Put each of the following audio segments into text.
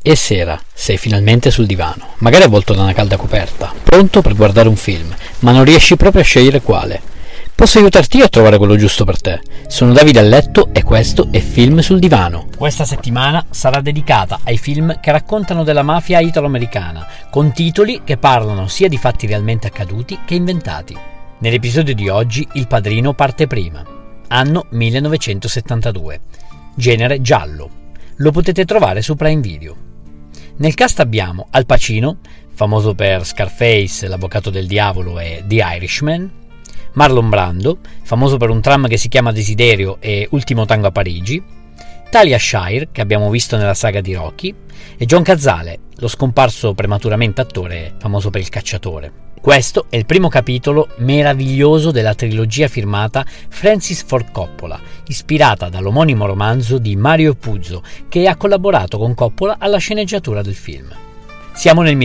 E sera, sei finalmente sul divano, magari avvolto da una calda coperta, pronto per guardare un film, ma non riesci proprio a scegliere quale. Posso aiutarti io a trovare quello giusto per te. Sono Davide a letto e questo è Film sul divano. Questa settimana sarà dedicata ai film che raccontano della mafia italo-americana, con titoli che parlano sia di fatti realmente accaduti che inventati. Nell'episodio di oggi Il Padrino parte prima, anno 1972, genere giallo. Lo potete trovare su Prime Video. Nel cast abbiamo Al Pacino, famoso per Scarface, L'avvocato del diavolo e The Irishman, Marlon Brando, famoso per Un tram che si chiama Desiderio e Ultimo tango a Parigi, Talia Shire, che abbiamo visto nella saga di Rocky, e John Cazale, lo scomparso prematuramente attore famoso per Il cacciatore. Questo è il primo capitolo meraviglioso della trilogia firmata Francis Ford Coppola, ispirata dall'omonimo romanzo di Mario Puzo, che ha collaborato con Coppola alla sceneggiatura del film. Siamo nel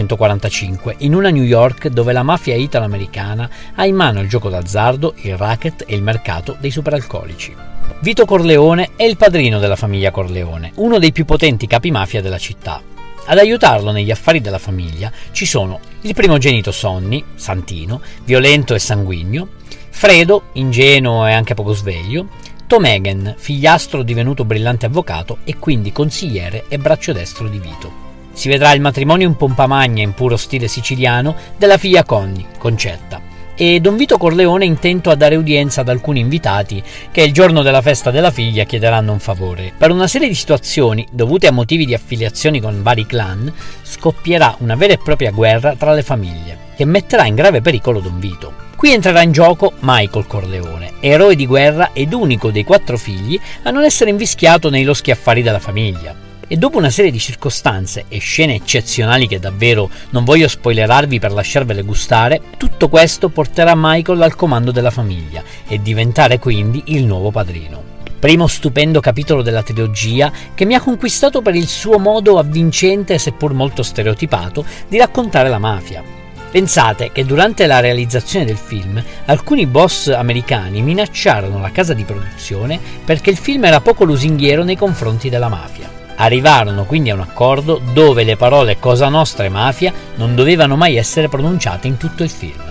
1945, in una New York dove la mafia italo-americana ha in mano il gioco d'azzardo, il racket e il mercato dei superalcolici. Vito Corleone è il padrino della famiglia Corleone, uno dei più potenti capi mafia della città. Ad aiutarlo negli affari della famiglia ci sono il primogenito Sonny, Santino, violento e sanguigno, Fredo, ingenuo e anche poco sveglio, Tom Hagen, figliastro divenuto brillante avvocato e quindi consigliere e braccio destro di Vito. Si vedrà il matrimonio in pompa magna in puro stile siciliano della figlia Connie, Concetta, e Don Vito Corleone intento a dare udienza ad alcuni invitati che il giorno della festa della figlia chiederanno un favore. Per una serie di situazioni dovute a motivi di affiliazioni con vari clan scoppierà una vera e propria guerra tra le famiglie che metterà in grave pericolo Don Vito. Qui entrerà in gioco Michael Corleone, eroe di guerra ed unico dei 4 figli a non essere invischiato nei loschi affari della famiglia. E dopo una serie di circostanze e scene eccezionali che davvero non voglio spoilerarvi per lasciarvele gustare, tutto questo porterà Michael al comando della famiglia e diventare quindi il nuovo padrino. Primo stupendo capitolo della trilogia che mi ha conquistato per il suo modo avvincente, seppur molto stereotipato, di raccontare la mafia. Pensate che durante la realizzazione del film alcuni boss americani minacciarono la casa di produzione perché il film era poco lusinghiero nei confronti della mafia. Arrivarono quindi a un accordo dove le parole Cosa Nostra e mafia non dovevano mai essere pronunciate in tutto il film.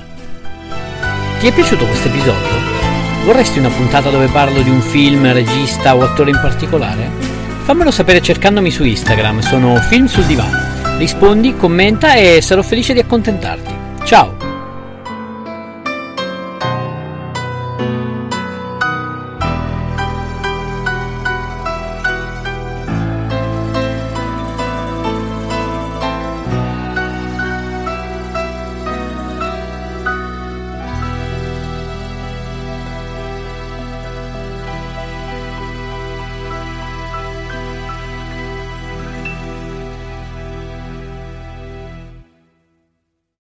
Ti è piaciuto questo episodio? Vorresti una puntata dove parlo di un film, regista o attore in particolare? Fammelo sapere cercandomi su Instagram, sono Film sul Divano. Rispondi, commenta e sarò felice di accontentarti. Ciao!